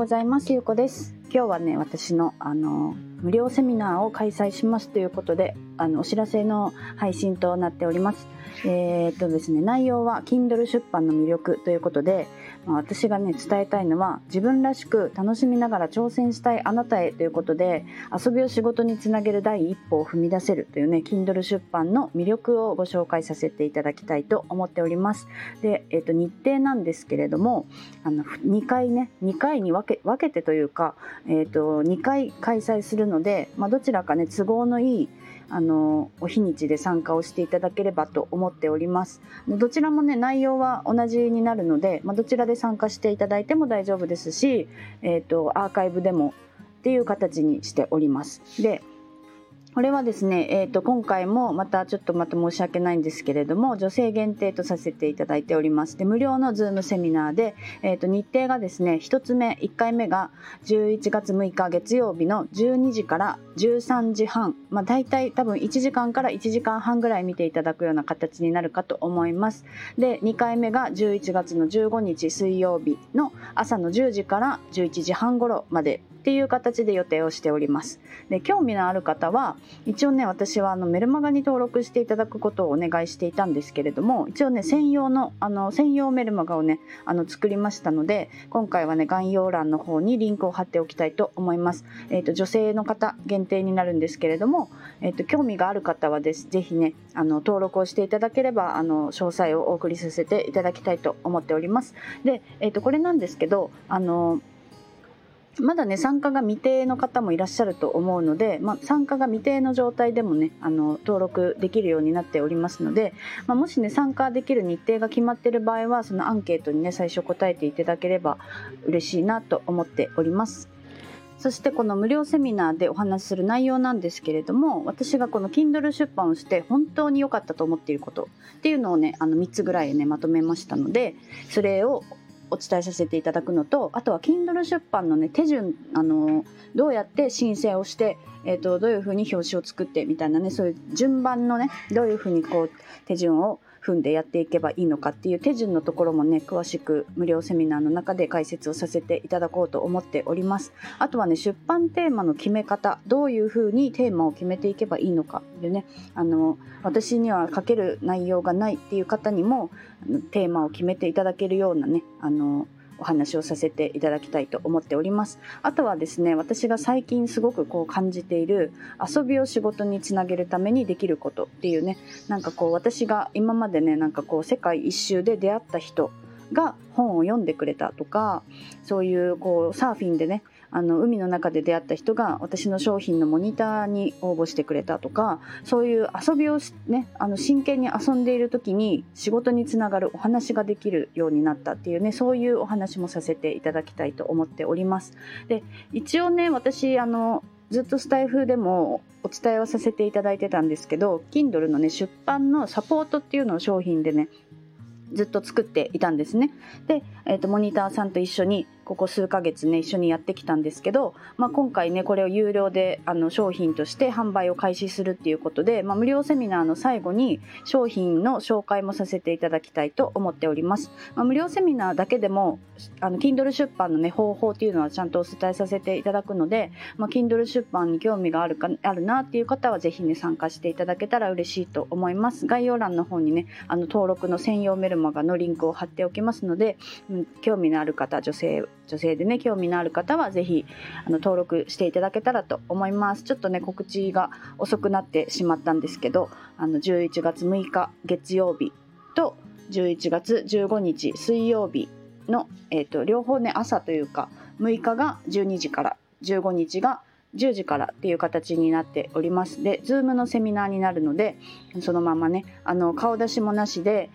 ざいます。ゆうこです。今日はね、私の無料セミナーを開催しますということで、お知らせの配信となっております。ですね、内容は Kindle 出版の魅力ということで、私がね伝えたいのは、自分らしく楽しみながら挑戦したいあなたへということで、遊びを仕事につなげる第一歩を踏み出せるというね Kindle 出版の魅力をご紹介させていただきたいと思っております。で、日程なんですけれども、2回に分けてというか、2回開催するので、どちらかね都合のいいお日にちで参加をしていただければと思っております。どちらもね内容は同じになるので、どちらで参加していただいても大丈夫ですし、アーカイブでもっていう形にしております。で、これはですね、今回もまた申し訳ないんですけれども、女性限定とさせていただいております。で、無料のズームセミナーで、日程がですね、1回目が11月6日月曜日の12時から13時半、だいたい多分1時間から1時間半ぐらい見ていただくような形になるかと思います。で、2回目が11月の15日水曜日の朝の10時から11時半頃までっていう形で予定をしております。で、興味のある方は一応ね、私はメルマガに登録していただくことをお願いしていたんですけれども、一応ね専用メルマガをね作りましたので、今回はね概要欄の方にリンクを貼っておきたいと思います。女性の方限定になるんですけれども、興味がある方はぜひね登録をしていただければ詳細をお送りさせていただきたいと思っております。で、これなんですけど、まだね参加が未定の方もいらっしゃると思うので、参加が未定の状態でもね登録できるようになっておりますので、もしね参加できる日程が決まっている場合は、そのアンケートにね最初答えていただければ嬉しいなと思っております。そしてこの無料セミナーでお話しする内容なんですけれども、私がこの Kindle 出版をして本当に良かったと思っていることっていうのをね3つぐらいねまとめましたので、それをお伝えさせていただくのと、あとは Kindle 出版のね手順、どうやって申請をして、どういうふうに表紙を作ってみたいなね、そういう順番のねどういうふうに手順を踏んでやっていけばいいのかっていう手順のところもね詳しく無料セミナーの中で解説をさせていただこうと思っております。あとはね出版テーマの決め方、どういうふうにテーマを決めていけばいいのかでね、私には書ける内容がないっていう方にもテーマを決めていただけるようなねお話をさせていただきたいと思っております。あとはですね、私が最近すごく感じている遊びを仕事につなげるためにできることっていうね、私が今までね世界一周で出会った人が本を読んでくれたとか、そういうサーフィンでね海の中で出会った人が私の商品のモニターに応募してくれたとか、そういう遊びをね真剣に遊んでいる時に仕事につながるお話ができるようになったっていうね、そういうお話もさせていただきたいと思っております。で、一応ね私ずっとスタイフでもお伝えをさせていただいてたんですけど、 Kindle のね出版のサポートっていうのを商品でねずっと作っていたんですね。で、モニターさんと一緒にここ数ヶ月ね一緒にやってきたんですけど、今回ねこれを有料で商品として販売を開始するっていうことで、無料セミナーの最後に商品の紹介もさせていただきたいと思っております。無料セミナーだけでもKindle 出版のね方法っていうのはちゃんとお伝えさせていただくので、Kindle 出版に興味があるなっていう方はぜひね参加していただけたら嬉しいと思います。概要欄の方にね登録の専用メルマガのリンクを貼っておきますので、興味のある方、女性でね興味のある方はぜひ登録していただけたらと思います。ちょっとね告知が遅くなってしまったんですけど、11月6日月曜日と11月15日水曜日の、両方ね朝というか、6日が12時から15日が10時からっていう形になっております。で、Zoom のセミナーになるので、そのままね顔出しもなしで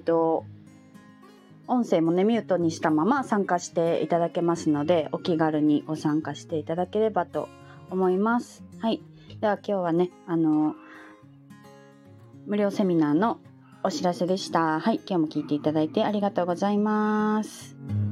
音声もねミュートにしたまま参加していただけますので、お気軽にご参加していただければと思います。はい、では今日はね無料セミナーのお知らせでした。はい、今日も聞いていただいてありがとうございます。